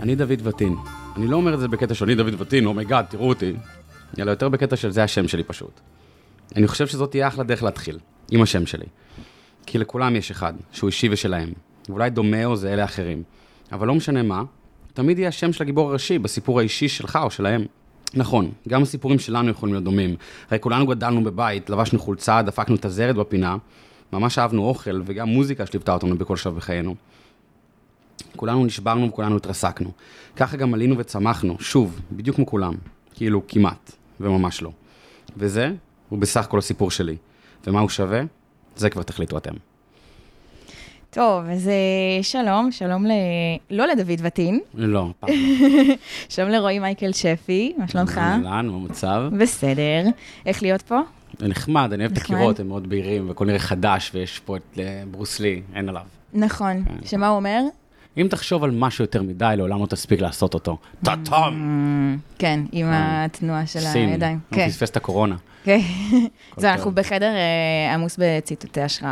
אני דוד ותין. אני לא אומר את זה בקטע שאני דוד ותין, אומייגאד, תראו אותי. אלא יותר בקטע של זה השם שלי פשוט. אני חושב שזאת תהיה אחלה דרך להתחיל, עם השם שלי. כי לכולם יש אחד, שהוא אישי ושלהם. ואולי דומה או זה אלה אחרים. אבל לא משנה מה, תמיד יהיה השם של הגיבור הראשי בסיפור האישי שלך או שלהם. נכון, גם הסיפורים שלנו יכולים להיות דומים. הרי כולנו גדלנו בבית, לבשנו חולצה, דפקנו את הזרת בפינה, ממש אהבנו אוכל, וגם מוזיקה שליוותה אותנו בכל שלב בחיינו. כולנו נשברנו וכולנו התרסקנו. ככה גם עלינו וצמחנו, שוב, בדיוק כמו כולם. כאילו, כמעט, וממש לא. וזה הוא בסך כל הסיפור שלי. ומה הוא שווה? זה כבר תחליטו אתם. טוב, אז שלום, לא לדוד ותין. לא, פעם. שלום לרועי מייקל שפי, מה שלומך? אהלן, מה מצב? בסדר. איך להיות פה? נחמד, אני אוהב את הקירות, הם מאוד בהירים, וכל נראה חדש, ויש פה את ברוס לי, אין עליו. נכון. שמה הוא אומר? אם תחשוב על משהו יותר מדי, לעולם לא תספיק לעשות אותו. טאטום! כן, עם התנועה של הידיים. סין, הוא פספס את הקורונה. כן. זה, אנחנו בחדר עמוס בציטוטי השראה.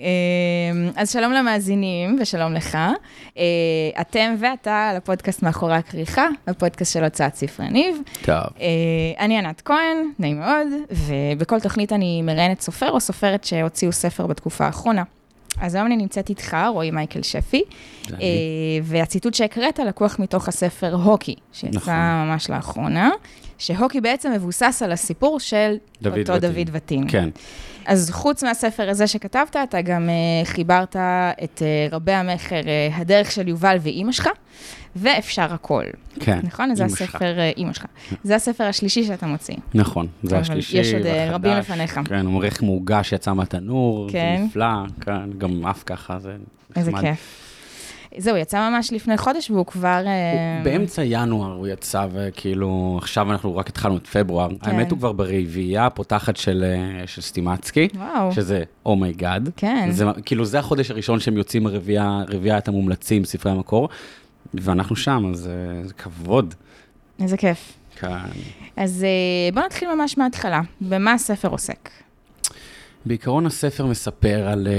אז שלום למאזינים ושלום לך. אתם ואתה על הפודקאסט מאחורי הכריכה, הפודקאסט של הוצאת ספרי ניב. טוב. אני ענת כהן, נעים מאוד, ובכל תוכנית אני מראיינת סופר או סופרת שהוציאו ספר בתקופה האחרונה. אז היום אני נמצאת איתך, רועי מייקל שפי, והציטוט שהקראת לקוח מתוך הספר הוקי, שיצא ממש לאחרונה, שהוקי בעצם מבוסס על הסיפור של אותו דוד ותין. כן. אז חוץ מהספר הזה שכתבת, אתה גם חיברת את רבי המחר, הדרך של יובל ואימא שלך, ואפשר הכל. כן, נכון? זה הספר, אימא שלך. זה הספר השלישי שאתה מוציא. נכון, זה השלישי. יש עוד רבים לפניך. כן, הוא עורך מעוגש שיצא מהתנור, כן. זה נפלא, כן, גם אף ככה, זה נחמד. איזה כיף. זהו, יצא ממש לפני חודש, והוא כבר... באמצע ינואר הוא יצא, וכאילו, עכשיו אנחנו רק התחלנו את פברואר. האמת הוא כבר ברביעייה הפותחת של סטימצקי, שזה אומייגאד. כן. כאילו, זה החודש הראשון שהם יוצאים רביעיית המומלצים, ספרי המקור, ואנחנו שם, אז זה כבוד. איזה כיף. כן. אז בוא נתחיל ממש מההתחלה. במה הספר עוסק? בעיקרון הספר מספר על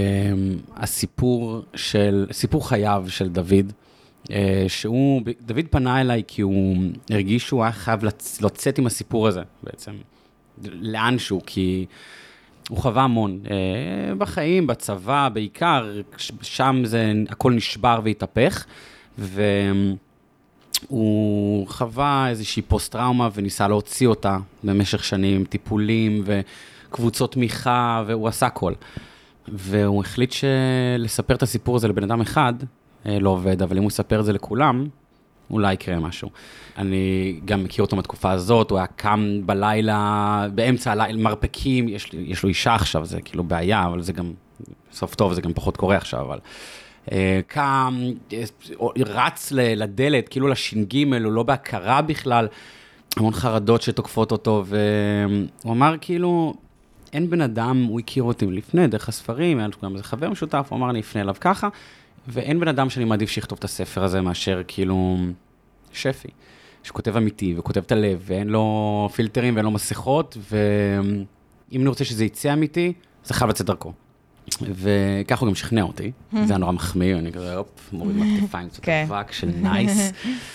סיפור חייו של דוד, דוד פנה אליי כי הוא הרגיש שהוא היה חייב לצאת עם הסיפור הזה בעצם, לאנשהו, כי הוא חווה המון, בחיים, בצבא, בעיקר, שם הכל נשבר והתהפך, והוא חווה איזושהי פוסט-טראומה וניסה להוציא אותה במשך שנים, טיפולים קבוצות תמיכה, והוא עשה הכל. והוא החליט לספר את הסיפור הזה לבן אדם אחד, לא עובד, אבל אם הוא יספר את זה לכולם, אולי יקרה משהו. אני גם מכיר אותו מהתקופה הזאת, הוא היה קם בלילה, באמצע הלילה, מרפקים, יש לו אישה עכשיו, זה כאילו בעיה, אבל זה גם, סוף טוב, זה גם פחות קורה עכשיו, אבל... קם, רץ לדלת, כאילו לש"ג, הוא לא בהכרה בכלל, המון חרדות שתוקפות אותו, והוא אמר כאילו, אין בן אדם, הוא הכיר אותי לפני, דרך הספרים, היה גם איזה חבר משותף, הוא אמר, אני אפנה אליו ככה, ואין בן אדם שאני מעדיף שיכתוב את הספר הזה, מאשר כאילו שפי, שכותב אמיתי, וכותב את הלב, ואין לו פילטרים, ואין לו מסכות, ואם אני רוצה שזה יצא אמיתי, זה חייב לצאת דרכו. וכך הוא גם שכנע אותי, זה היה נורא מחמיא, אני כזה, מוריד מהכתפיים, קצת אבק של נייס.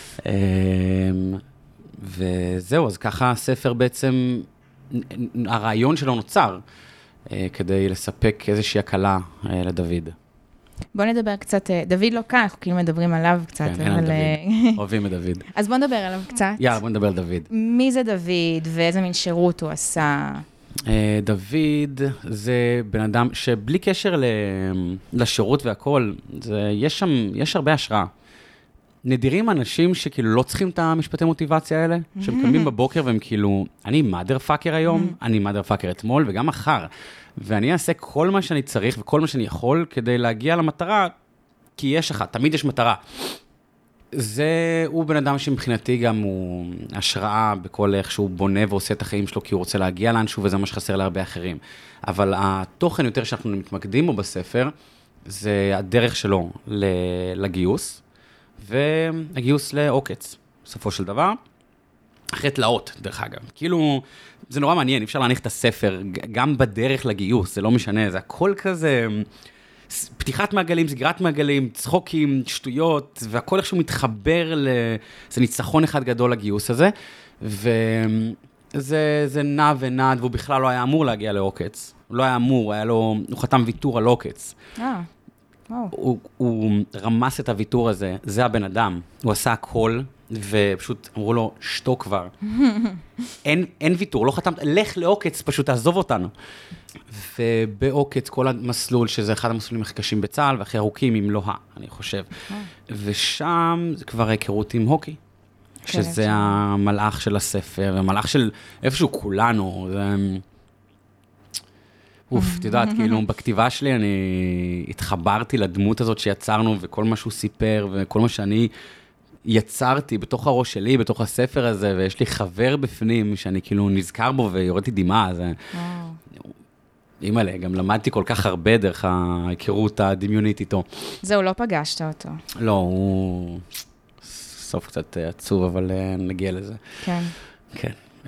וזהו, אז ככה הספר בעצם, הרעיון שלו נוצר, כדי לספק איזושהי הקלה לדוד. בוא נדבר קצת, דוד לא כאן, אנחנו כאילו מדברים עליו קצת. כן, אין על דוד, אוהבים את דוד. אז בוא נדבר עליו קצת. יאללה, בוא נדבר על דוד. מי זה דוד ואיזה מין שירות הוא עשה? דוד זה בן אדם שבלי קשר לשירות והכל, יש הרבה השראה. נדירים אנשים שכאילו לא צריכים את המשפטי מוטיבציה האלה, שמקמים בבוקר והם כאילו, אני מאדר פאקר היום, אני מאדר פאקר אתמול וגם מחר, ואני אעשה כל מה שאני צריך וכל מה שאני יכול כדי להגיע למטרה, כי יש אחת, תמיד יש מטרה. הוא בן אדם שמבחינתי גם הוא השראה בכל איך שהוא בונה ועושה את החיים שלו, כי הוא רוצה להגיע לאנשהו וזה מה שחסר להרבה אחרים. אבל התוכן יותר שאנחנו מתמקדים בו בספר, זה הדרך שלו לגיוס, והגיוס לעוקץ, בסופו של דבר, אחרי תלאות, דרך אגב. כאילו, זה נורא מעניין, אפשר להניח את הספר, גם בדרך לגיוס, זה לא משנה, זה הכל כזה פתיחת מעגלים, סגירת מעגלים, צחוקים, שטויות, והכל איכשהו מתחבר זה ניצחון אחד גדול לגיוס הזה, וזה נע ונד, והוא בכלל לא היה אמור להגיע לעוקץ. הוא לא היה אמור, הוא חתם ויתור על עוקץ. הוא רמס את הוויתור הזה, זה הבן אדם. הוא עשה הכל, ופשוט אמרו לו, שתוק כבר. אין ויתור, לא חתמת, לך לעוקץ, פשוט תעזוב אותנו. ובעוקץ, כל המסלול, שזה אחד המסלולים הכי קשים בצה"ל, והכי ארוכים עם לוהה, אני חושב. ושם זה כבר היכרות עם הוקי, שזה המלאך של הספר, המלאך של איפשהו כולנו. את יודעת, כאילו, בכתיבה שלי אני התחברתי לדמות הזאת שיצרנו, וכל מה שהוא סיפר, וכל מה שאני יצרתי בתוך הראש שלי, בתוך הספר הזה, ויש לי חבר בפנים שאני כאילו נזכר בו ויורדתי דמעה, אז אימא'לה, גם למדתי כל כך הרבה דרך ההיכרות הדמיונית איתו. זהו, לא פגשת אותו. לא, הוא סוף קצת עצוב, אבל נגיע לזה. כן. כן.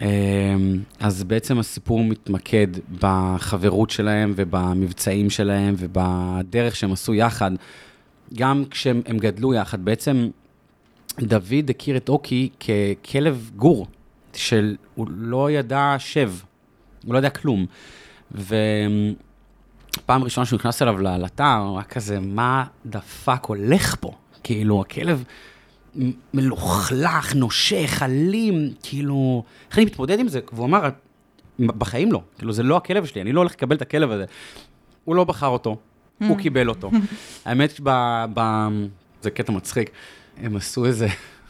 אז בעצם הסיפור מתמקד בחברות שלהם ובמבצעים שלהם ובדרך שהם עשו יחד. גם כשהם גדלו יחד, בעצם דוד הכיר את אוקי ככלב גור, שהוא לא ידע הוא לא ידע כלום. ופעם ראשונה שהוא נכנס אליו לתא, הוא היה כזה, מה דפק הולך פה? כאילו, הכלב מלוכלך, נושך, אלים, כאילו, איך אני מתמודד עם זה? והוא אמר, בחיים לא, כאילו, זה לא הכלב שלי, אני לא הולך לקבל את הכלב הזה. הוא לא בחר אותו, הוא קיבל אותו. האמת, זה קטע מצחיק, הם עשו איזה,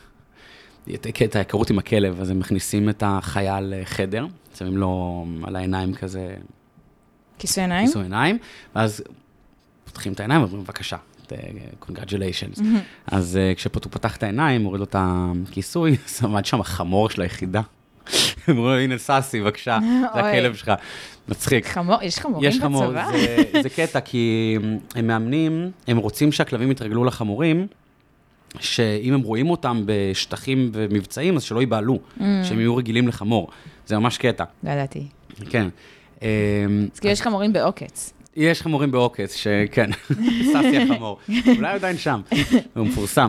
את ההיכרות עם הכלב, אז הם מכניסים את החייל לחדר, שמים לו על העיניים כזה, כיסוי עיניים? כיסוי עיניים, ואז פותחים את העיניים, ואומרים, בבקשה. congratulations. אז כשהוא פתח את העיניים, הוריד לו את הכיסוי, עמד שם החמור של היחידה. הם אמרו לו, הנה סאסי, בבקשה, זה הכלב שלך. מצחיק. יש חמורים בצבא? זה קטע, כי הם מאמנים, הם רוצים שהכלבים יתרגלו לחמורים, שאם הם רואים אותם בשטחים ומבצעים, אז שלא ייבעלו, שהם יהיו רגילים לחמור. זה ממש קטע. לא ידעתי. כן. אז כאילו יש חמורים בעוקץ. יש חמורים בעוקץ, שכן, סאסי החמור. אולי עדיין שם, הוא מפורסם.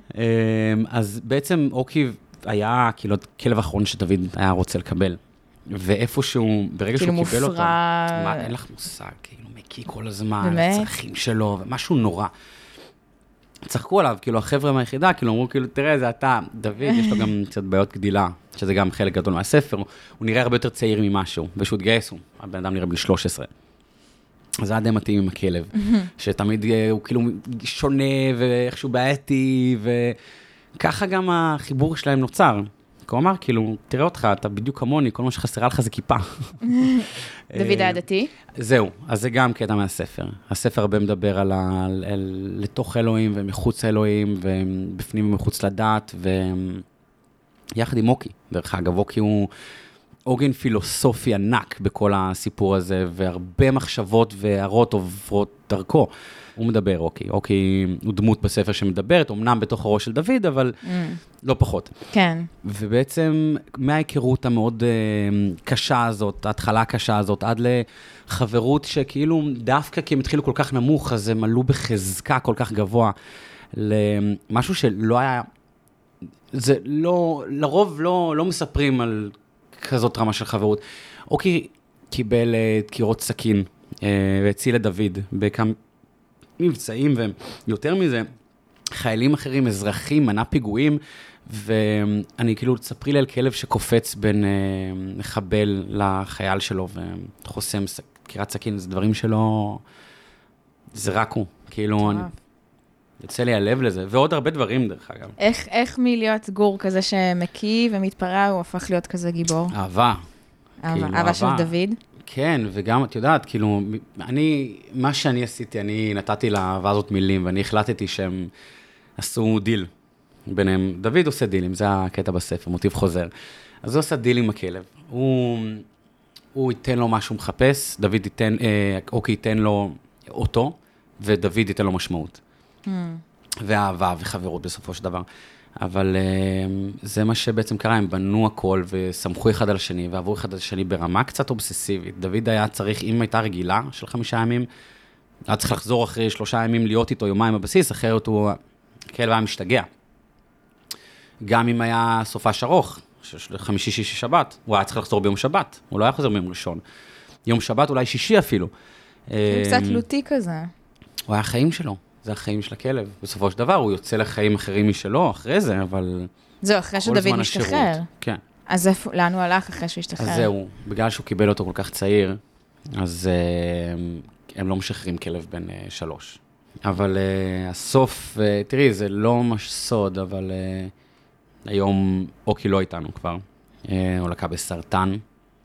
אז בעצם אוקי היה כאילו כלב אחרון שדוד היה רוצה לקבל. ואיפשהו, ברגע שהוא קיבל אותו, אין לך מושג, כאילו מקיא כל הזמן, הצרכים שלו, ומשהו נורא. צחקו עליו, כאילו החבר'ה מהיחידה, כאילו אמרו, כאילו, תראה, זה אתה, דוד, יש לו גם קצת בעיות גדילה, שזה גם חלק גדול מהספר, הוא נראה הרבה יותר צעיר ממשהו, ושהוא התגייס, הבן אדם נראה בלי 13. אז זה היה די מתאים עם הכלב, שתמיד הוא כאילו שונה ואיכשהו בעייתי, וככה גם החיבור שלהם נוצר. הוא אמר, כאילו, תראה אותך, אתה בדיוק כמוני, כל מה שחסרה לך זה כיפה. דוד היה דתי? זהו, אז זה גם קטע מהספר. הספר הרבה מדבר על לתוך אלוהים ומחוץ אלוהים, ובפנים ומחוץ לדת, ויחד עם אוקי. דרך אגב, אוקי הוא עוגן פילוסופי ענק בכל הסיפור הזה, והרבה מחשבות והערות עוברות דרכו. הוא מדבר, אוקי הוא דמות בספר שמדברת, אמנם בתוך הראש של דוד, אבל לא פחות. כן. ובעצם מההיכרות המאוד קשה הזאת, ההתחלה הקשה הזאת, עד לחברות שכאילו דווקא כי הם התחילו כל כך נמוך, אז הם עלו בחזקה כל כך גבוה, למשהו שלא היה, זה לא, לרוב לא מספרים על כזאת רמה של חברות. אוקי קיבל דקירות סכין, והציל את דוד בכמה מבצעים, ויותר מזה, חיילים אחרים, אזרחים, מנע פיגועים, ואני כאילו, תספרי לי על כלב שקופץ בין מחבל לחייל שלו, וחוסם דקירת סכין, זה דברים שלא, זה רק הוא, כאילו, יוצא לי הלב לזה, ועוד הרבה דברים דרך אגב. איך מלהיות גור כזה שמקיא ומתפרע, הוא הפך להיות כזה גיבור? אהבה. אהבה של דוד? כן, וגם, את יודעת, כאילו, מה שאני עשיתי, אני נתתי לאהבה הזאת מילים, ואני החלטתי שהם עשו דיל ביניהם. דוד עושה דילים, זה הקטע בספר, מוטיב חוזר. אז הוא עושה דיל עם הכלב. הוא ייתן לו מה שהוא מחפש, אוקי ייתן לו אותו, ודוד ייתן לו משמעות. ואהבה וחברות בסופו של דבר. אבל זה מה שבעצם קרה, הם בנו הכל וסמכו אחד על השני, ועברו אחד על השני ברמה קצת אובססיבית. דוד היה צריך, אם הייתה רגילה של 5 ימים, היה צריך לחזור אחרי 3 ימים להיות איתו יומיים בבסיס, אחרת הוא, הכלב היה משתגע. גם אם היה סופש ארוך, חמישי, שישי, שבת, הוא היה צריך לחזור ביום שבת, הוא לא היה חוזר ביום ראשון. יום שבת, אולי שישי אפילו. קצת לוטי כזה. הוא היה החיים שלו, זה החיים של הכלב. בסופו של דבר, הוא יוצא לחיים אחרים משלו, אחרי זה, אבל... זהו, אחרי שדוד משתחרר. כן. אז לאן הוא הלך אחרי שהוא השתחרר? אז זהו, בגלל שהוא קיבל אותו כל כך צעיר, אז הם לא משחררים כלב בן 3. אבל הסוף, תראי, זה לא ממש סוד, אבל היום אוקי לא איתנו כבר. הוא לקה בסרטן.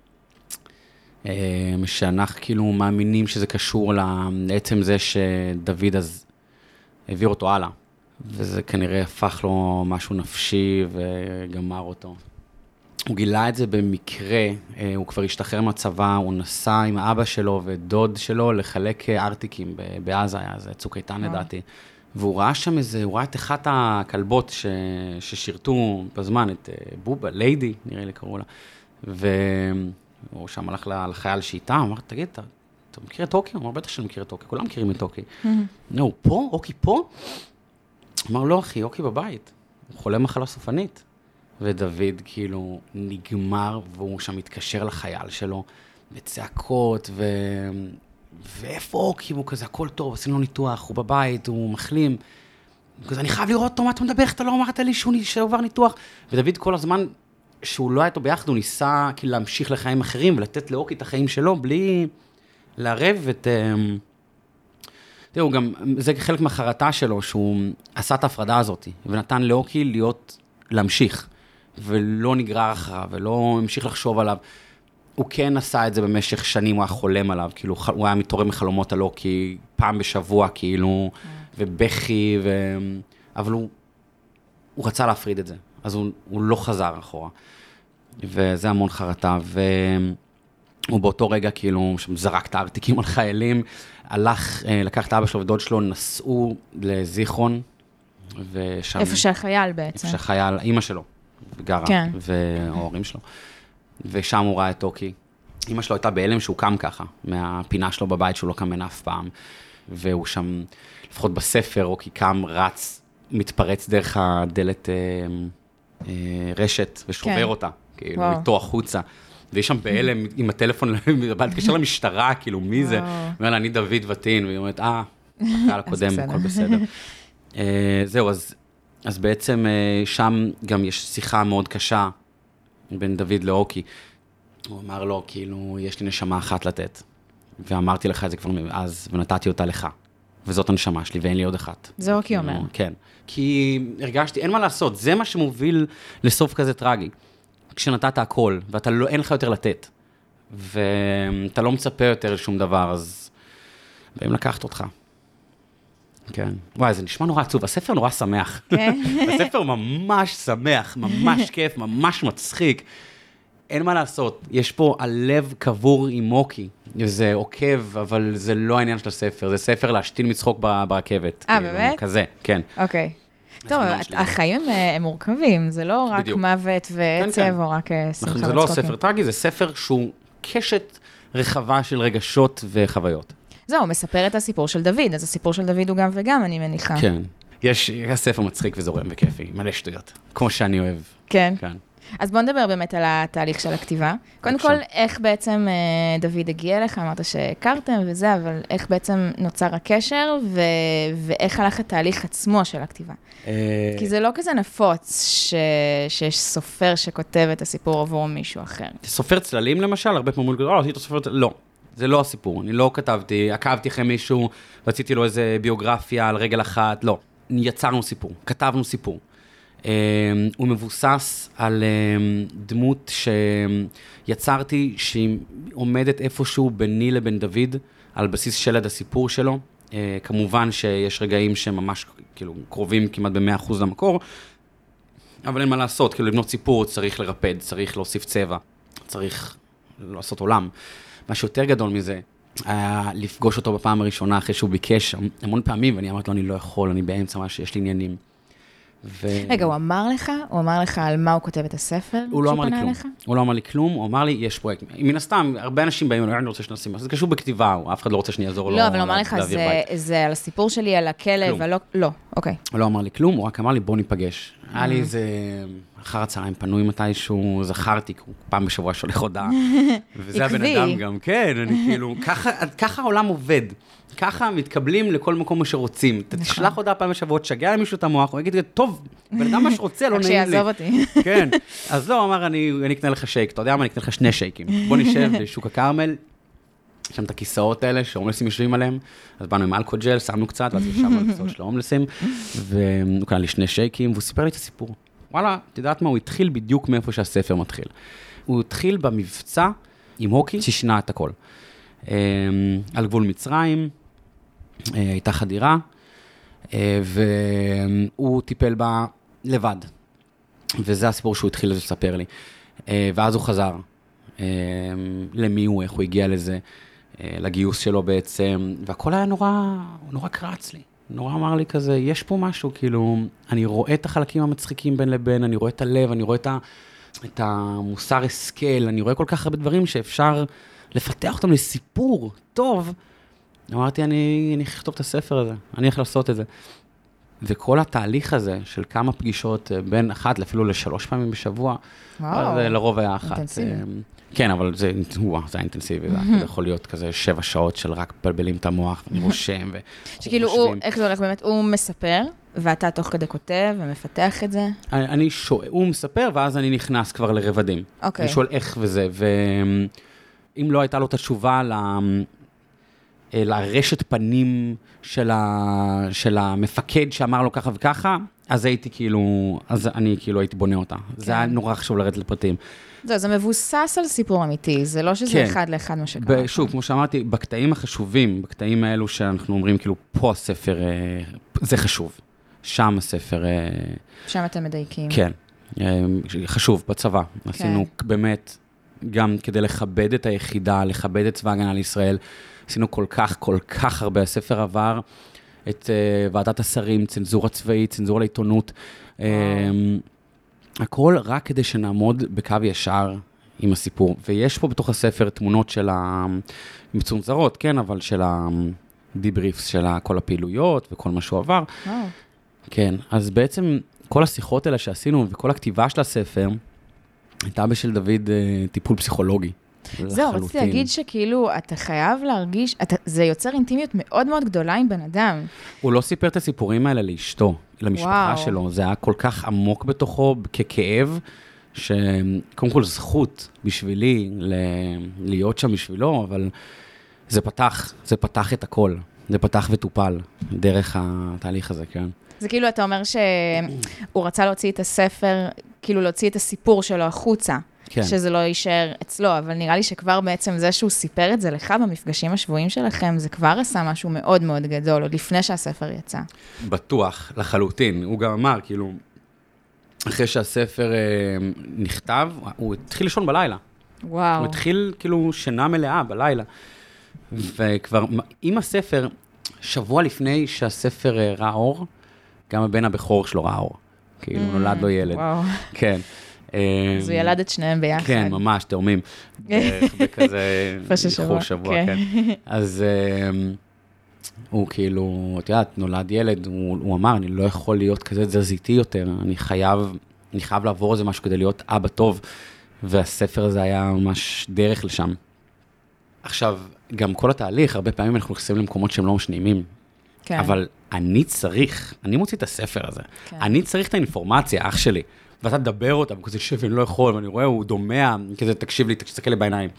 שאנחנו כאילו מאמינים שזה קשור לעצם זה שדוד אז העביר אותו הלאה. וזה כנראה הפך לו משהו נפשי וגמר אותו. הוא גילה את זה במקרה, הוא כבר השתחרר מהצבא, הוא נסע עם האבא שלו ודוד שלו לחלק ארטיקים בעזה, היה זה צוק איתן לדעתי. והוא ראה שם הוא ראה את אחת הכלבות ששירתו בזמן, את בובה, ליידי, נראה לי קראו לה. והוא שם הלך לחייל שאיתה, אמר, תגיד, אתה מכיר את אוקי? הוא אמר, בטח שאני מכיר את אוקי, כולם מכירים את אוקי. הוא פה? אוקי פה? אמר, לא אחי, אוקי בבית. הוא חולה מחלה סופנית. ודוד כאילו נגמר, והוא שם מתקשר לחייל שלו, בצעקות, ואיפה אוקי? הוא כזה, הכל טוב, עשינו לו ניתוח, הוא בבית, הוא מחלים. כזה, אני חייב לראות אותו, מה אתה מדבר? אתה לא אמרת לי שהוא עבר ניתוח. ודוד כל הזמן, שהוא לא היה איתו ביחד, הוא ניסה כאילו להמשיך לחיים אחרים, ולתת לאוקי את החיים שלו, בלי לערב את... תראו, גם זה חלק מהחרטה שלו, שהוא עשה את ההפרדה הזאת, ונתן לאוקי להמשיך, ולא נגרר אחריו, ולא המשיך לחשוב עליו. הוא כן עשה את זה במשך שנים, הוא היה חולם עליו, כאילו הוא היה מתעורר מחלומות על אוקי, פעם בשבוע, כאילו, ובכי, אבל הוא רצה להפריד את זה, אז הוא לא חזר אחורה. וזה המון חרטה, והוא באותו רגע, כאילו, שם זרק את הארטיקים על חיילים, הלך, לקח את אבא שלו ודוד שלו, נסעו לזיכרון, ושם... איפה שהחייל בעצם. איפה שהחייל, אמא שלו, גרה, כן. וההורים שלו. ושם הוא ראה את אוקי. אמא שלו הייתה בהלם שהוא קם ככה, מהפינה שלו בבית שהוא לא קם מן אף פעם, והוא שם, לפחות בספר, אוקי קם, רץ, מתפרץ דרך הדלת רשת, ושובר כן. אותה, כאילו, איתו החוצה. ויש שם בהלם עם הטלפון, בא להתקשר למשטרה, כאילו, מי זה? ואומר לה, אני דוד ותין, והיא אומרת, החייל הקודם, הכל בסדר. זהו, אז בעצם שם גם יש שיחה מאוד קשה בין דוד לאוקי. הוא אמר לו, כאילו, יש לי נשמה אחת לתת. ואמרתי לך את זה כבר אז, ונתתי אותה לך. וזאת הנשמה שלי, ואין לי עוד אחת. זה אוקי אומר. כן. כי הרגשתי, אין מה לעשות, זה מה שמוביל לסוף כזה טרגי. כשנתת הכל, אין לך יותר לתת. ואתה לא מצפה יותר לשום דבר, אז באים לקחת אותך. כן. וואי, זה נשמע נורא עצוב. הספר נורא שמח. כן. הספר ממש שמח, ממש כיף, ממש מצחיק. אין מה לעשות. יש פה הלב קבור עם אוקי. זה עוקב, אבל זה לא העניין של הספר. זה ספר להשתין מצחוק ברכבת. באמת? כזה, כן. אוקיי. טוב, החיים הם מורכבים. זה לא רק מוות ועצב, או רק שמחה וצחוקים. זה לא ספר טרגי, זה ספר שהוא קשת רחבה של רגשות וחוויות. זהו, הוא מספר את הסיפור של דוד, אז הסיפור של דוד הוא גם וגם, אני מניחה. כן. יש ספר מצחיק וזורם וכיפי, מלא שטויות, כמו שאני אוהב. כן. אז בוא נדבר באמת על התהליך של הכתיבה. קודם כל, איך בעצם דוד הגיע אליך? אמרת שהכרתם וזה, אבל איך בעצם נוצר הקשר, ואיך הלך התהליך עצמו של הכתיבה? כי זה לא כזה נפוץ שיש סופר שכותב את הסיפור עבור מישהו אחר. סופר צללים למשל, הרבה פעמים לא. זה לא הסיפור, אני לא כתבתי, עקבתי אחרי מישהו, רציתי לו איזה ביוגרפיה על רגל אחת, לא. יצרנו סיפור, כתבנו סיפור. הוא מבוסס על דמות שיצרתי, שהיא עומדת איפשהו ביני לבין דוד, על בסיס שלד הסיפור שלו. כמובן שיש רגעים שממש כאילו, קרובים כמעט ב100% למקור, אבל אין מה לעשות, כאילו לבנות סיפור צריך לרפד, צריך להוסיף צבע, צריך לעשות עולם. מה שיותר גדול מזה, היה לפגוש אותו בפעם הראשונה אחרי שהוא ביקש המון פעמים, ואני אמרתי לו, אני לא יכול, אני באמצע מה שיש לי עניינים. רגע, הוא אמר לך על מה הוא כותב את הספר? הוא לא אמר לי כלום. הוא לא אמר לי כלום, הוא אמר לי, יש פרויקט. מן הסתם, הרבה אנשים באים, אני רוצה שנשים, אז זה קשור בכתיבה, אף אחד לא רוצה שאני אעזור לו לא, אבל הוא אמר לך, זה על הסיפור שלי, על הכלב, לא, אוקיי. הוא לא אמר לי כלום, הוא רק אמר לי, בוא ניפגש. היה לי איזה, אחר הצהריים פנוי מתישהו, זכרתי, פעם בשבוע שולח הודעה. וזה הבן אדם גם, כן, אני כאילו, ככה העולם עובד. ככה מתקבלים לכל מקום שרוצים. אתה תשלח הודעה פעם בשבוע, תשגע למישהו את המוח, הוא יגיד, טוב, בן אדם מה שרוצה, לא נעים לי. שיעזוב אותי. כן, אז לא, הוא אמר, אני אקנה לך שייק, אתה יודע מה, אני אקנה לך 2 שייקים. בוא נשב בשוק הכרמל, יש שם את הכיסאות האלה, שההומלסים יושבים עליהם, אז באנו עם אלכוג'ל, שמנו קצת, ואז ישבנו על הכיסאות של ההומלסים, והוא קנה לי 2 שייקים, והוא סיפר לי את הסיפור. וואלה, תדעת מה, הוא התחיל בדיוק מאיפה שהספר מתחיל. הוא התחיל במבצע עם הוקי, ששינה את הכל. על גבול מצרים, הייתה חדירה, והוא טיפל בה לבד. וזה הסיפור שהוא התחיל לספר לי. ואז הוא חזר. למי הוא, איך הוא הגיע לזה, לגיוס שלו בעצם, והכל היה נורא קרץ לי. נורא אמר לי כזה, יש פה משהו, כאילו, אני רואה את החלקים המצחיקים בין לבין, אני רואה את הלב, אני רואה את המוסר השכל, אני רואה כל כך הרבה דברים שאפשר לפתח אותם לסיפור טוב. אמרתי, אני אכתוב את הספר הזה, אני הולך לעשות את זה. וכל התהליך הזה של כמה פגישות בין 1 אפילו ל3 פעמים בשבוע, זה לרוב היה 1. אינטנסיבי. כן, אבל זה היה אינטנסיבי, זה יכול להיות כזה 7 שעות של רק פלבלים את המוח, ואני רושם שכאילו הוא, איך זה הולך באמת, הוא מספר, ואתה תוך כדי כותב ומפתח את זה? הוא מספר, ואז אני נכנס כבר לרבדים. אוקיי. אני שואל איך וזה, ואם לא הייתה לו את התשובה לרשת פנים של המפקד שאמר לו ככה וככה, אז אני הייתי בונה אותה. זה היה נורא חשוב לרדת לפרטים. זה מבוסס על סיפור אמיתי, זה לא שזה אחד לאחד מה שקרה. שוב, כמו שאמרתי, בקטעים החשובים, בקטעים האלו שאנחנו אומרים, כאילו, פה הספר, זה חשוב. שם הספר... שם אתם מדייקים. כן, חשוב, בצבא. עשינו באמת, גם כדי לכבד את היחידה, לכבד את צבא ההגנה לישראל, עשינו כל כך הרבה. הספר עבר את ועדת השרים, צנזורה צבאית, צנזורה לעיתונות, הכל רק כדי שנעמוד בקו ישר עם הסיפור. ויש פה בתוך הספר תמונות של המצונזרות, כן, אבל של הדיבריפס של כל הפעילויות וכל מה שהוא עבר. כן, אז בעצם כל השיחות האלה שעשינו וכל הכתיבה של הספר, הייתה בשל דוד טיפול פסיכולוגי. זהו, רציתי להגיד שכאילו, אתה חייב להרגיש, זה יוצר אינטימיות מאוד מאוד גדולה עם בן אדם. הוא לא סיפר את הסיפורים האלה לאשתו, למשפחה שלו, זה היה כל כך עמוק בתוכו, ככאב, שקודם כל זכות בשבילי, להיות שם בשבילו, אבל זה פתח את הכל, זה פתח וטופל, דרך התהליך הזה, כן. זה כאילו, אתה אומר שהוא רצה להוציא את הספר, כאילו להוציא את הסיפור שלו החוצה. כן. שזה לא יישאר אצלו, אבל נראה לי שכבר בעצם זה שהוא סיפר את זה לך במפגשים השבועיים שלכם, זה כבר עשה משהו מאוד מאוד גדול, עוד לפני שהספר יצא. בטוח, לחלוטין. הוא גם אמר, כאילו, אחרי שהספר נכתב, הוא התחיל לישון בלילה. וואו. הוא התחיל כאילו שינה מלאה בלילה. וכבר, עם הספר, שבוע לפני שהספר ראה אור, גם הבן הבכור שלו ראה אור. כאילו, נולד לו ילד. וואו. כן. אז הוא ילד את שניהם ביחד. כן, ממש, תאומים. בכזה איחור שבוע, כן. אז הוא כאילו, את יודעת, נולד ילד, הוא אמר, אני לא יכול להיות כזה תזזיתי יותר, אני חייב לעבור איזה משהו כדי להיות אבא טוב, והספר הזה היה ממש דרך לשם. עכשיו, גם כל התהליך, הרבה פעמים אנחנו נכנסים למקומות שהם לא משנעימים, אבל אני מוציא את הספר הזה, אני צריך את האינפורמציה, אח שלי, ואתה תדבר אותה, וכזה שפן לא יכול, ואני רואה, הוא דומע, כזה תקשיב לי, תסתכל לי בעיניים.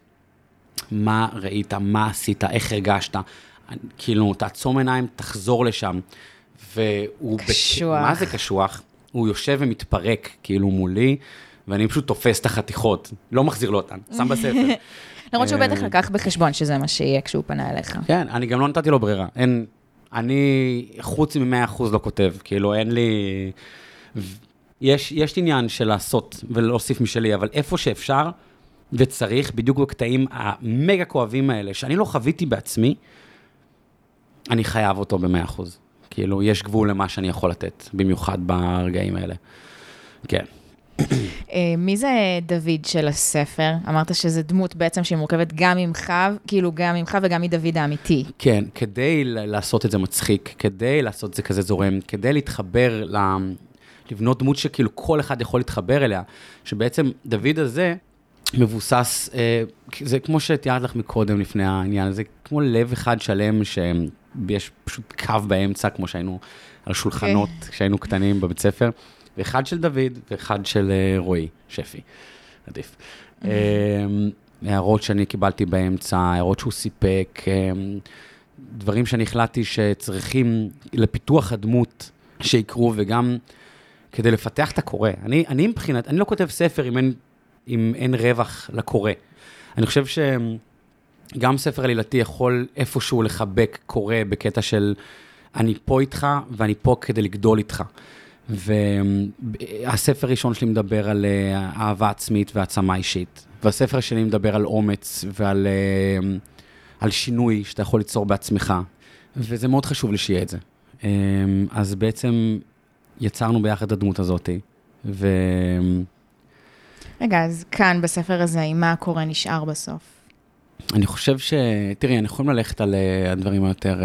מה ראית, מה עשית, איך הרגשת? כאילו, תעצום עיניים, תחזור לשם. והוא... קשוח. מה זה קשוח? הוא יושב ומתפרק, כאילו מולי, ואני פשוט תופס את החתיכות, לא מחזיר לו אותן, שם בספר. למרות שהוא בטח לקח בחשבון שזה מה שיהיה כשהוא פנה אליך. כן, אני גם לא נתתי לו ברירה. אני חוץ מ100% לא כותב, כאילו, אין לי... יש עניין של לעשות ולהוסיף משלי, אבל איפה שאפשר וצריך, בדיוק בקטעים המגה כואבים האלה, שאני לא חוויתי בעצמי, אני חייב אותו ב100%. כאילו, יש גבול למה שאני יכול לתת, במיוחד ברגעים האלה. כן. מי זה דוד של הספר? אמרת שזה דמות בעצם שהיא מורכבת גם ממך, כאילו גם ממך וגם מדוד האמיתי. כן, כדי לעשות את זה מצחיק, כדי לעשות את זה כזה זורם, כדי להתחבר, לבנות דמות שכאילו כל אחד יכול להתחבר אליה, שבעצם דוד הזה מבוסס, זה כמו שתיארת לך מקודם לפני העניין, זה כמו לב אחד שלם שיש פשוט קו באמצע, כמו שהיינו על שולחנות, כשהיינו קטנים בבית ספר, ואחד של דוד ואחד של רועי, שפי, עדיף. הערות שאני קיבלתי באמצע, הערות שהוא סיפק, דברים שאני החלטתי שצריכים לפיתוח הדמות שיקרו, וגם כדי לפתח את הקורא. אני מבחינת, אני לא כותב ספר אם אין רווח לקורא. אני חושב שגם ספר עלילתי יכול איפשהו לחבק קורא בקטע של אני פה איתך ואני פה כדי לגדול איתך. והספר הראשון שלי מדבר על אהבה עצמית והעצמה אישית, והספר השני מדבר על אומץ ועל שינוי שאתה יכול ליצור בעצמך, וזה מאוד חשוב לי שיהיה את זה. אז בעצם יצרנו ביחד את הדמות הזאת, רגע, אז כאן בספר הזה, עם מה הקורא נשאר בסוף? אני חושב תראי, אני יכולים ללכת על הדברים היותר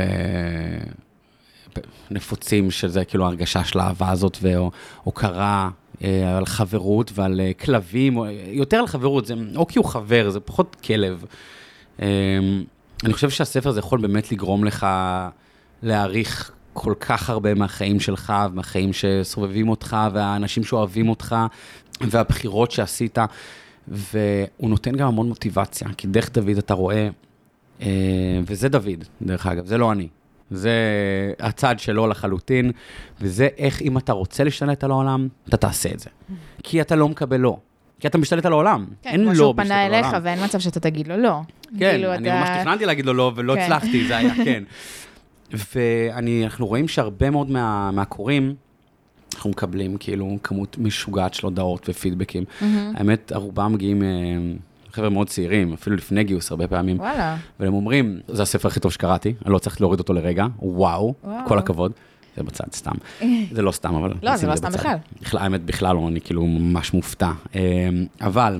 נפוצים, שזה כאילו הרגשה של האהבה הזאת, והוקרה על חברות ועל כלבים, יותר על חברות, זה, או כי הוא חבר, זה פחות כלב. אני חושב שהספר הזה יכול באמת לגרום לך להעריך כל כך הרבה מהחיים שלך, מהחיים שסובבים אותך, והאנשים שאוהבים אותך, והבחירות שעשית, והוא נותן גם המון מוטיבציה, כי דרך דוד אתה רואה, וזה דוד, דרך אגב, זה לא אני. זה הצד שלו לחלוטין, וזה איך אם אתה רוצה להשתלט על העולם, אתה תעשה את זה. כי אתה לא מקבל לא. כי אתה משתלט על העולם. כן, כמו שהוא פנה אליך, ואין מצב שאתה תגיד לו לא. כן, אני ממש תכננתי להגיד לו לא, ולא הצלחתי, זה היה, כן. ואנחנו רואים שהרבה מאוד מהקוראים, אנחנו מקבלים כאילו כמות משוגעת של הודעות ופידבקים. האמת, הרובם מגיעים חבר'ה מאוד צעירים, אפילו לפני גיוס הרבה פעמים. וואלה. והם אומרים, זה הספר הכי טוב שקראתי, אני לא צריך להוריד אותו לרגע, וואו, כל הכבוד. זה בצד, סתם. זה לא סתם, אבל... לא, זה לא סתם בכלל. האמת, בכלל לא, אני כאילו ממש מופתע. אבל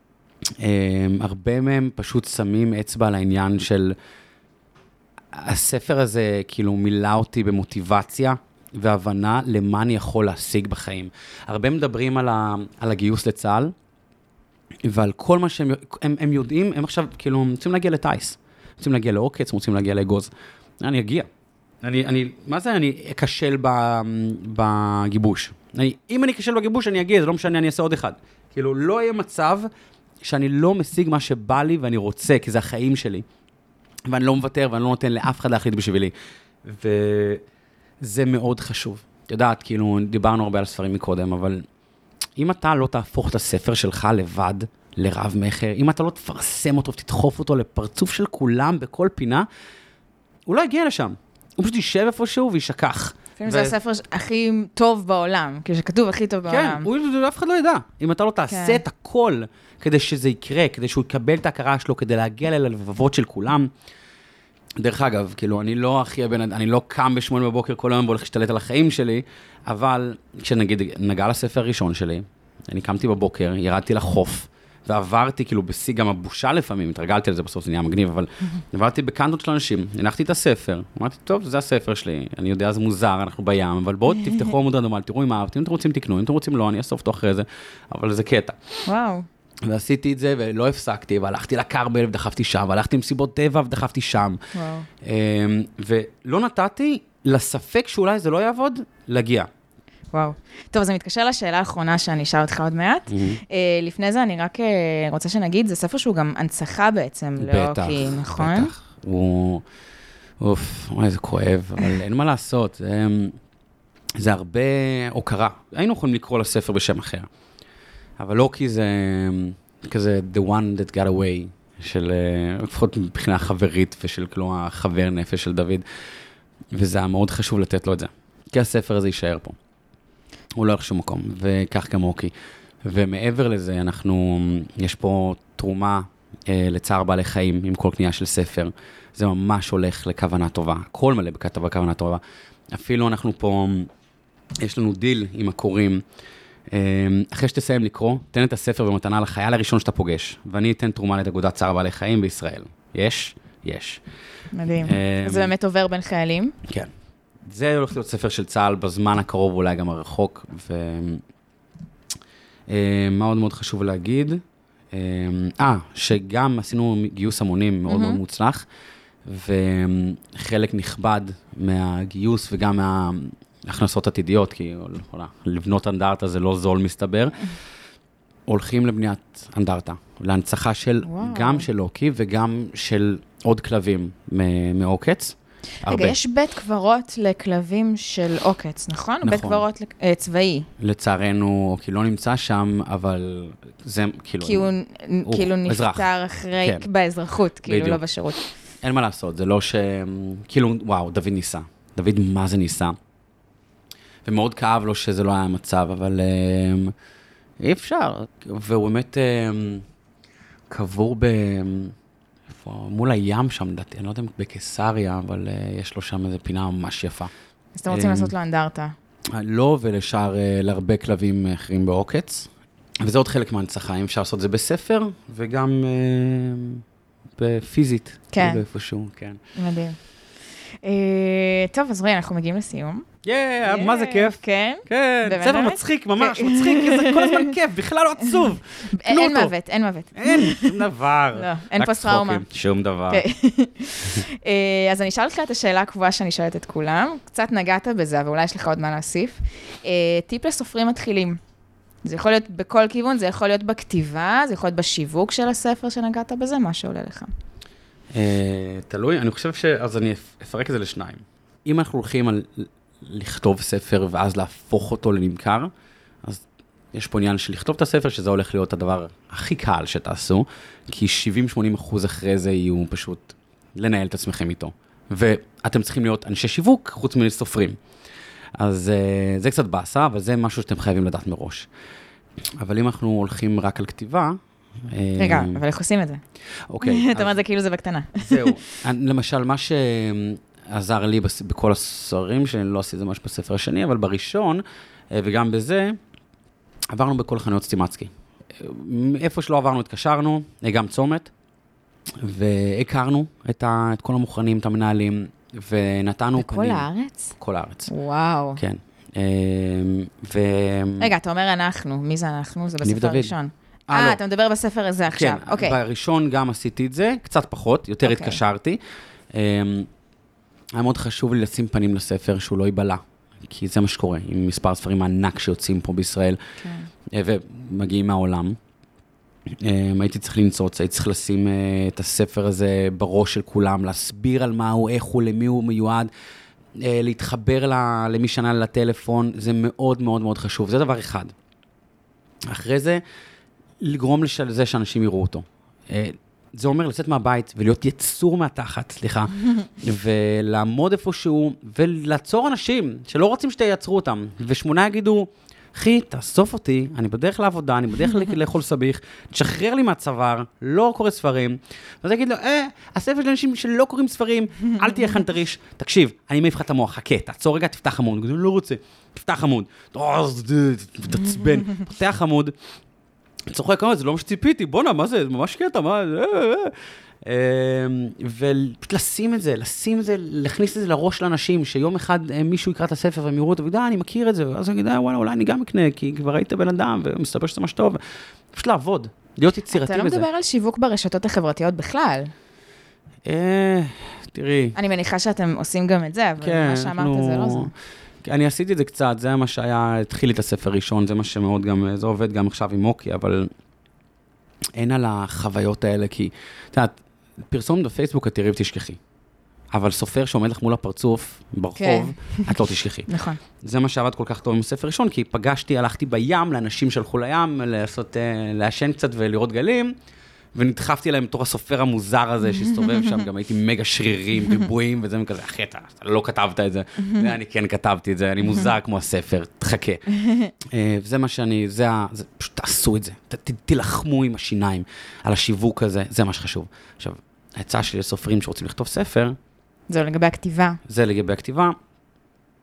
הרבה מהם פשוט שמים אצבע על העניין של... הספר הזה כאילו מילא אותי במוטיבציה והבנה למה אני יכול להשיג בחיים. הרבה מדברים על הגיוס לצה"ל, ועל כל מה שהם יודעים, הם עכשיו כאילו רוצים להגיע לטייס, רוצים להגיע לעוקץ, רוצים להגיע לאגוז. אני אגיע. מה זה אני אקשל בגיבוש? אם אני אקשל בגיבוש, אני אגיע, זה לא משנה, אני אעשה עוד אחד. כאילו, לא יהיה מצב שאני לא משיג מה שבא לי ואני רוצה, כי זה החיים שלי. ואני לא מוותר, ואני לא נותן לאף אחד להחליט בשבילי. וזה מאוד חשוב. את יודעת, כאילו, דיברנו הרבה על ספרים מקודם, אבל אם אתה לא תהפוך את הספר שלך לבד, לרב מחר, אם אתה לא תפרסם אותו ותדחוף אותו לפרצוף של כולם בכל פינה, הוא לא יגיע לשם. הוא פשוט יישב איפשהו וישכח. לפעמים זה הספר הכי טוב בעולם, כאילו שכתוב הכי טוב בעולם. כן, אף אחד לא ידע. אם אתה לא תעשה את הכל כדי שזה יקרה, כדי שהוא יקבל את ההכרה שלו, כדי להגיע ללבבות של כולם. דרך אגב, כאילו, אני לא קם ב8 בבוקר כל היום והולך להשתלט על החיים שלי, אבל כשנגיד, נגע לספר הראשון שלי, אני קמתי בבוקר, ירדתי לחוף, ועברתי, כאילו, בשיא גם הבושה לפעמים, התרגלתי על זה בסוף, זה נהיה מגניב, אבל עברתי בקנדות של אנשים, הנחתי את הספר, אמרתי, טוב, זה הספר שלי, אני יודע, זה מוזר, אנחנו בים, אבל בואו תפתחו עמוד אדום, תראו אם אהבתם, אם אתם רוצים תקנו, אם אתם רוצים לא, אני אסוף אותו אחרי זה, אבל זה קטע. וואו. ועשיתי את זה, ולא הפסקתי, והלכתי לקרבל ודחפתי שם, והלכתי למסיבות טבע ודחפתי שם. וואו. ולא נתתי לספק שאולי זה לא יעבוד, להגיע. וואו. טוב, אז אני מתקשר לשאלה האחרונה שאני אשאל אותך עוד מעט. לפני זה אני רק רוצה שנגיד, זה ספר שהוא גם הנצחה בעצם. בטח, נכון? בטח. אוי, זה כואב, אבל אין מה לעשות. זה הרבה הוקרה. היינו יכולים לקרוא לספר בשם אחר. אבל לא כי זה כזה the one that got away, של לפחות מבחינה חברית ושל כאילו החבר נפש של דוד, וזה היה מאוד חשוב לתת לו את זה. כי הספר הזה יישאר פה. הוא לא הולך שום מקום, וכך גם אוקי. ומעבר לזה, יש פה תרומה לצער בעלי חיים עם כל קנייה של ספר. זה ממש הולך לכוונה טובה. הכל מלא בכוונה טובה. אפילו אנחנו פה, יש לנו דיל עם הקוראים, אחרי שתסיים לקרוא, תן את הספר במתנה לחייל הראשון שאתה פוגש, ואני אתן תרומה לאגודת צער בעלי חיים בישראל. יש? יש. מדהים. זה באמת עובר בין חיילים? כן. זה הולך להיות ספר של צה"ל בזמן הקרוב, אולי גם הרחוק, מאוד מאוד חשוב להגיד, שגם עשינו גיוס המונים מאוד מאוד מוצלח, וחלק נכבד מהגיוס וגם מההכנסות עתידיות, כי לבנות אנדרטה זה לא זול מסתבר, הולכים לבניית אנדרטה, להנצחה של גם של לוקי וגם של עוד כלבים מעוקץ. רגע, יש בית קברות לכלבים של עוקץ, נכון? נכון. בית קברות צבאי. לצערנו, כי לא נמצא שם, אבל זה כאילו... כי הוא כאילו נפטר אחרי, באזרחות, כאילו לא בשירות. אין מה לעשות, זה לא ש... כאילו, וואו, דוד ניסה. דוד מה זה ניסה? ומאוד כאב לו שזה לא היה המצב, אבל אי אפשר. והוא באמת קבור מול הים שם, דעתי, אני לא יודע אם בקיסריה, אבל יש לו שם איזו פינה ממש יפה. אז אתם רוצים לעשות לו אנדרטה? לא, ולשאר להרבה כלבים אחרים בעוקץ. וזה עוד חלק מהנצחה, אם אפשר לעשות את זה בספר, וגם בפיזית. כן. באיפשהו, כן. מדהים. טוב, אז רואי, אנחנו מגיעים לסיום. מה זה כיף? כן. כן, ספר מצחיק, ממש מצחיק, זה כל הזמן כיף, בכלל לא עצוב. אין מוות, אין מוות. אין, שום דבר. לא, אין פוסט-טראומה. שום דבר. אז אני אשאל אותך את השאלה הקבועה שאני שואלת את כולם. קצת נגעת בזה, ואולי יש לך עוד מה להוסיף. טיפ לסופרים מתחילים. זה יכול להיות בכל כיוון, זה יכול להיות בכתיבה, זה יכול להיות בשיווק של הספר שנגעת בזה, מה שעולה לך. תלוי, אני חושב אז אני אפרק את זה לשניים. אם אנחנו הולכים על לכתוב ספר ואז להפוך אותו לנמכר, אז יש פה עניין של לכתוב את הספר, שזה הולך להיות הדבר הכי קל שתעשו, כי 70-80% אחרי זה יהיו פשוט לנהל את עצמכם איתו. ואתם צריכים להיות אנשי שיווק, חוץ מסופרים. אז זה קצת בעשה, אבל זה משהו שאתם חייבים לדעת מראש. אבל אם אנחנו הולכים רק על כתיבה, רגע, אבל איך עושים את זה? אוקיי. אתה אומר, זה כאילו זה בקטנה. זהו. למשל, מה שעזר לי בכל הספרים, שאני לא עשיתי זה ממש בספר השני, אבל בראשון, וגם בזה, עברנו בכל חנויות סטימצקי. איפה שלא עברנו, התקשרנו, גם צומת, והכרנו את כל המוכנים, את המנהלים, ונתנו פנים. בכל הארץ? כל הארץ. וואו. כן. רגע, אתה אומר אנחנו, מי זה אנחנו? זה בספר הראשון. אתה מדבר בספר הזה עכשיו. כן, בראשון גם עשיתי את זה, קצת פחות, יותר התקשרתי. היה מאוד חשוב לי לשים פנים לספר שהוא לא ייבלע, כי זה מה שקורה, עם מספר ספרים הענק שיוצאים פה בישראל, ומגיעים מהעולם. הייתי צריך לנצוץ, הייתי צריך לשים את הספר הזה בראש של כולם, להסביר על מה הוא, איך הוא, למי הוא מיועד, להתחבר למי שענה לטלפון, זה מאוד מאוד מאוד חשוב, זה דבר אחד. אחרי זה, לגרום לזה שאנשים יראו אותו. זה אומר לצאת מהבית ולהיות יצור מהתחת, סליחה, ולעמוד איפשהו, ולעצור אנשים שלא רוצים שתייצרו אותם, ושמונה יגידו, אחי, תאסוף אותי, אני בדרך לעבודה, אני בדרך לאכול סביך, תשחרר לי מהצוואר, לא קורא ספרים, ואז יגיד לו, הספר של אנשים שלא קוראים ספרים, אל תהיה חנטריש, תקשיב, אני מעיף לך את המוח, חכה, תעצור רגע, תפתח עמוד, אני לא רוצה, תפתח עמוד, תעצבן, פתח עמוד, צוחק, זה לא מה שציפיתי, בונה, מה זה ממש קטע, מה זה, ופשוט לשים את זה, להכניס את זה לראש לאנשים, שיום אחד מישהו יקרא את הספר והם יראו אותו, וידע, אני מכיר את זה, ואז אני אגיד, וואלה, אולי אני גם אקנה, כי כבר היית בן אדם, ומסתבר שזה ממש טוב, פשוט לעבוד, להיות יצירתי בזה. אתה לא מדבר על שיווק ברשתות החברתיות בכלל. תראי. אני מניחה שאתם עושים גם את זה, אבל מה שאמרת זה לא זה. אני עשיתי את זה קצת, זה מה שהיה, התחיל לי את הספר ראשון, זה מה שמאוד גם, זה עובד גם עכשיו עם מוקי, אבל אין על החוויות האלה, כי, את יודעת, פרסום בפייסבוק, את תראי ותשכחי. אבל סופר שעומד לך מול הפרצוף, ברחוב, את לא תשכחי. נכון. זה מה שעבד כל כך טוב עם הספר ראשון, כי הלכתי בים, לאנשים שהלכו לים, לעשן קצת ולראות גלים, ונדחפתי להם תור הסופר המוזר הזה שהסתובב שם, גם הייתי מגה שרירים, ריבועים, וזה כזה, אחי, אתה לא כתבת את זה. אני כן כתבתי את זה, אני מוזר כמו הספר, תחכה. וזה מה שאני, פשוט תעשו את זה, תלחמו עם השיניים על השיווק הזה, זה מה שחשוב. עכשיו, ההצעה שלי לסופרים שרוצים לכתוב ספר, זה לגבי הכתיבה. זה לגבי הכתיבה.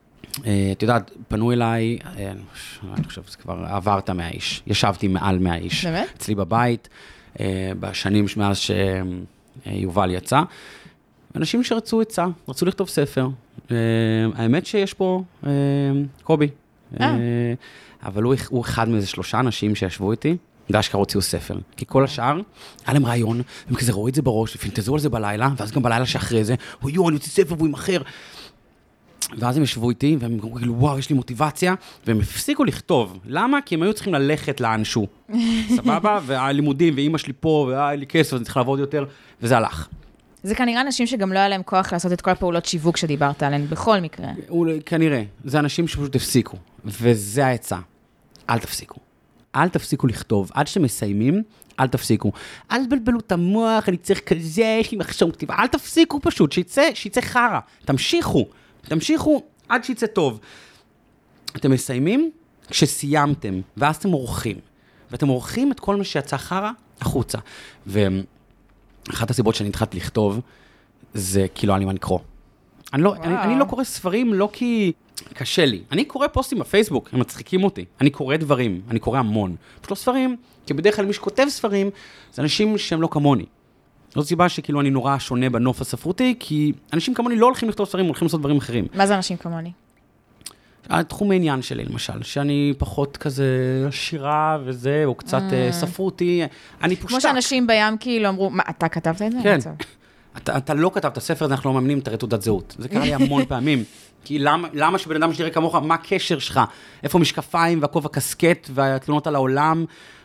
את יודעת, פנו אליי, אני חושב שזה כבר עברת 100 איש, ישבתי מעל 100 איש. באמת? אצלי בבית, בשנים מאז שיובל יצא, אנשים שרצו עצה, רצו לכתוב ספר. האמת שיש פה קובי, אבל הוא אחד מאיזה 3 אנשים שישבו איתי, דאשכרה הוציאו ספר. כי כל השאר, היה להם רעיון, הם כזה ראו את זה בראש, ופינטזו על זה בלילה, ואז גם בלילה שאחרי זה, אני יוצא ספר והוא ימחר. ואז הם ישבו איתי, והם אמרו, וואו, יש לי מוטיבציה, והם הפסיקו לכתוב. למה? כי הם היו צריכים ללכת לאנשהו. סבבה? והלימודים, ואמא שלי פה, והיה לי כסף, אז אני צריך לעבוד יותר, וזה הלך. זה כנראה אנשים שגם לא היה להם כוח לעשות את כל הפעולות שיווק שדיברת עליהן, בכל מקרה. כנראה. זה אנשים שפשוט הפסיקו. וזה העצה. אל תפסיקו. אל תפסיקו לכתוב. עד שאתם מסיימים, אל תפסיקו. אל תבלבלו את המוח, אני צריך כזה, יש לי מחשב כתיבה. אל תפסיקו פשוט, שיצא חרה. תמשיכו עד שיצא טוב. אתם מסיימים כשסיימתם, ואז אתם עורכים. ואתם עורכים את כל מה שיצא חרה החוצה. ואחת הסיבות שאני התחלתי לכתוב, זה כאילו היה לי מה לקרוא. אני לא קורא ספרים, לא כי קשה לי. אני קורא פוסטים בפייסבוק, הם מצחיקים אותי. אני קורא דברים, אני קורא המון. פשוט לא ספרים, כי בדרך כלל מי שכותב ספרים, זה אנשים שהם לא כמוני. זאת סיבה שכאילו אני נורא שונה בנוף הספרותי, כי אנשים כמוני לא הולכים לכתוב ספרים, הולכים לעשות דברים אחרים. מה זה אנשים כמוני? התחום העניין שלי, למשל, שאני פחות כזה שירה וזה, או קצת ספרותי, אני פושטק. כמו שאנשים בים כאילו אמרו, מה, אתה כתבת את זה? כן. אתה לא כתבת ספר, אנחנו לא מאמנים, תראה תעודת זהות. זה קרה לי המון פעמים. כי למה שבן אדם שתראה כמוך, מה הקשר שלך? איפה משקפיים והכובע קסקט והתלונות על העולם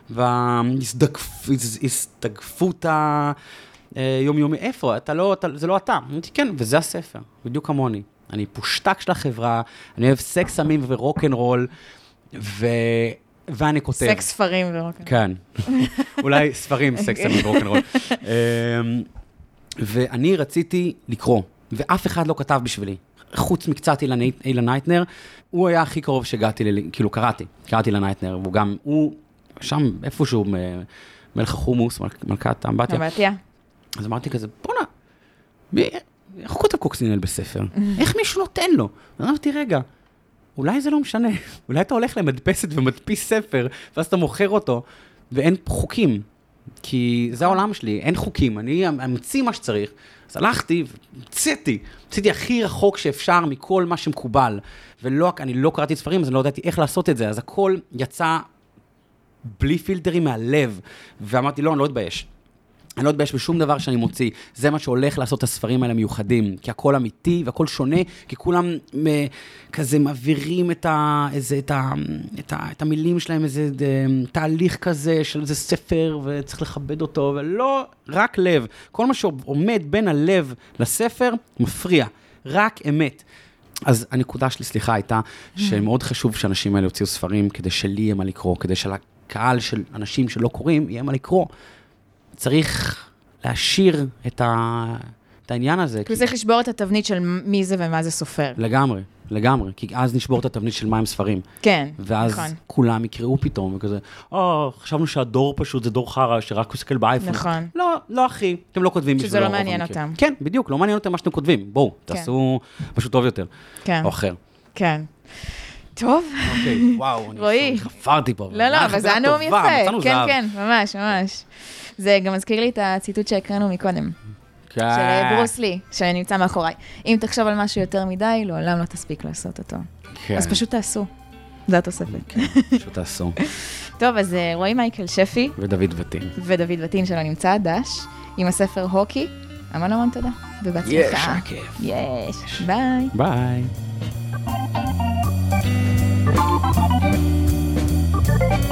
וההסתגפות היומיומי? איפה? זה לא אתה. אמרתי, כן, וזה הספר, בדיוק כמוני. אני פושטק של החברה, אני אוהב סקס, סמים ורוק'נ'רול, ואני כותב. סקס, ספרים ורוק'נ'רול. כן. אולי ספרים, סקס, סמים ורוק'נ'רול. ואני רציתי לקרוא, ואף אחד לא כתב בשבילי. חוץ מקצת אילן נייטנר, הוא היה הכי קרוב שהגעתי, כאילו קראתי לנייטנר, והוא גם, הוא שם איפשהו מלך החומוס, מלכת האמבטיה. אז אמרתי כזה, בוא'נה, איך הוא כותב קוקסינל בספר? איך מישהו נותן לו? אמרתי, רגע, אולי זה לא משנה, אולי אתה הולך למדפסת ומדפיס ספר, ואז אתה מוכר אותו, ואין חוקים, כי זה העולם שלי, אין חוקים, אני אמציא מה שצריך, אז הלכתי והמצאתי הכי רחוק שאפשר מכל מה שמקובל, ואני לא קראתי ספרים, אז אני לא ידעתי איך לעשות את זה, אז הכל יצא בלי פילטרים מהלב, ואמרתי, לא, אני לא אתבייש. אני לא אתבייש בשום דבר שאני מוציא. זה מה שהולך לעשות את הספרים האלה מיוחדים, כי הכל אמיתי והכל שונה, כי כולם כזה מעבירים את המילים שלהם, איזה תהליך כזה של איזה ספר, וצריך לכבד אותו, ולא רק לב. כל מה שעומד בין הלב לספר מפריע, רק אמת. אז הנקודה שלי, סליחה, הייתה שמאוד חשוב שאנשים האלה יוציאו ספרים, כדי שלי יהיה מה לקרוא, כדי שלקהל של אנשים שלא קוראים, יהיה מה לקרוא. צריך להשאיר את העניין הזה. כי צריך לשבור את התבנית של מי זה ומה זה סופר. לגמרי, כי אז נשבור את התבנית של מה הם ספרים. כן, ואז כולם יקראו פתאום, וכזה, חשבנו שהדור פשוט זה דור חרה, שרק הוא סקל באייפון. נכון. לא אחי, אתם לא כותבים בשביל שזה לא מעניין אותם. כן, בדיוק, לא מעניין אותם מה שאתם כותבים. בואו, תעשו פשוט טוב יותר. כן. או אחר. כן. טוב. אוקיי, וואו, אני חפרתי פה. לא, אבל זה היה נאום יפה. כן, כן, ממש, ממש. זה גם מזכיר לי את הציטוט שהקראנו מקודם. של ברוס לי, שנמצא מאחוריי. אם תחשוב על משהו יותר מדי, לעולם לא תספיק לעשות אותו. אז פשוט תעשו. זה התוספת. פשוט תעשו. טוב, אז רועי מייקל שפי. ודוד וטין. ודוד וטין שלו נמצא, דש, עם הספר הוקי. המון תודה. ובהצלחה. יש, ביי. ביי.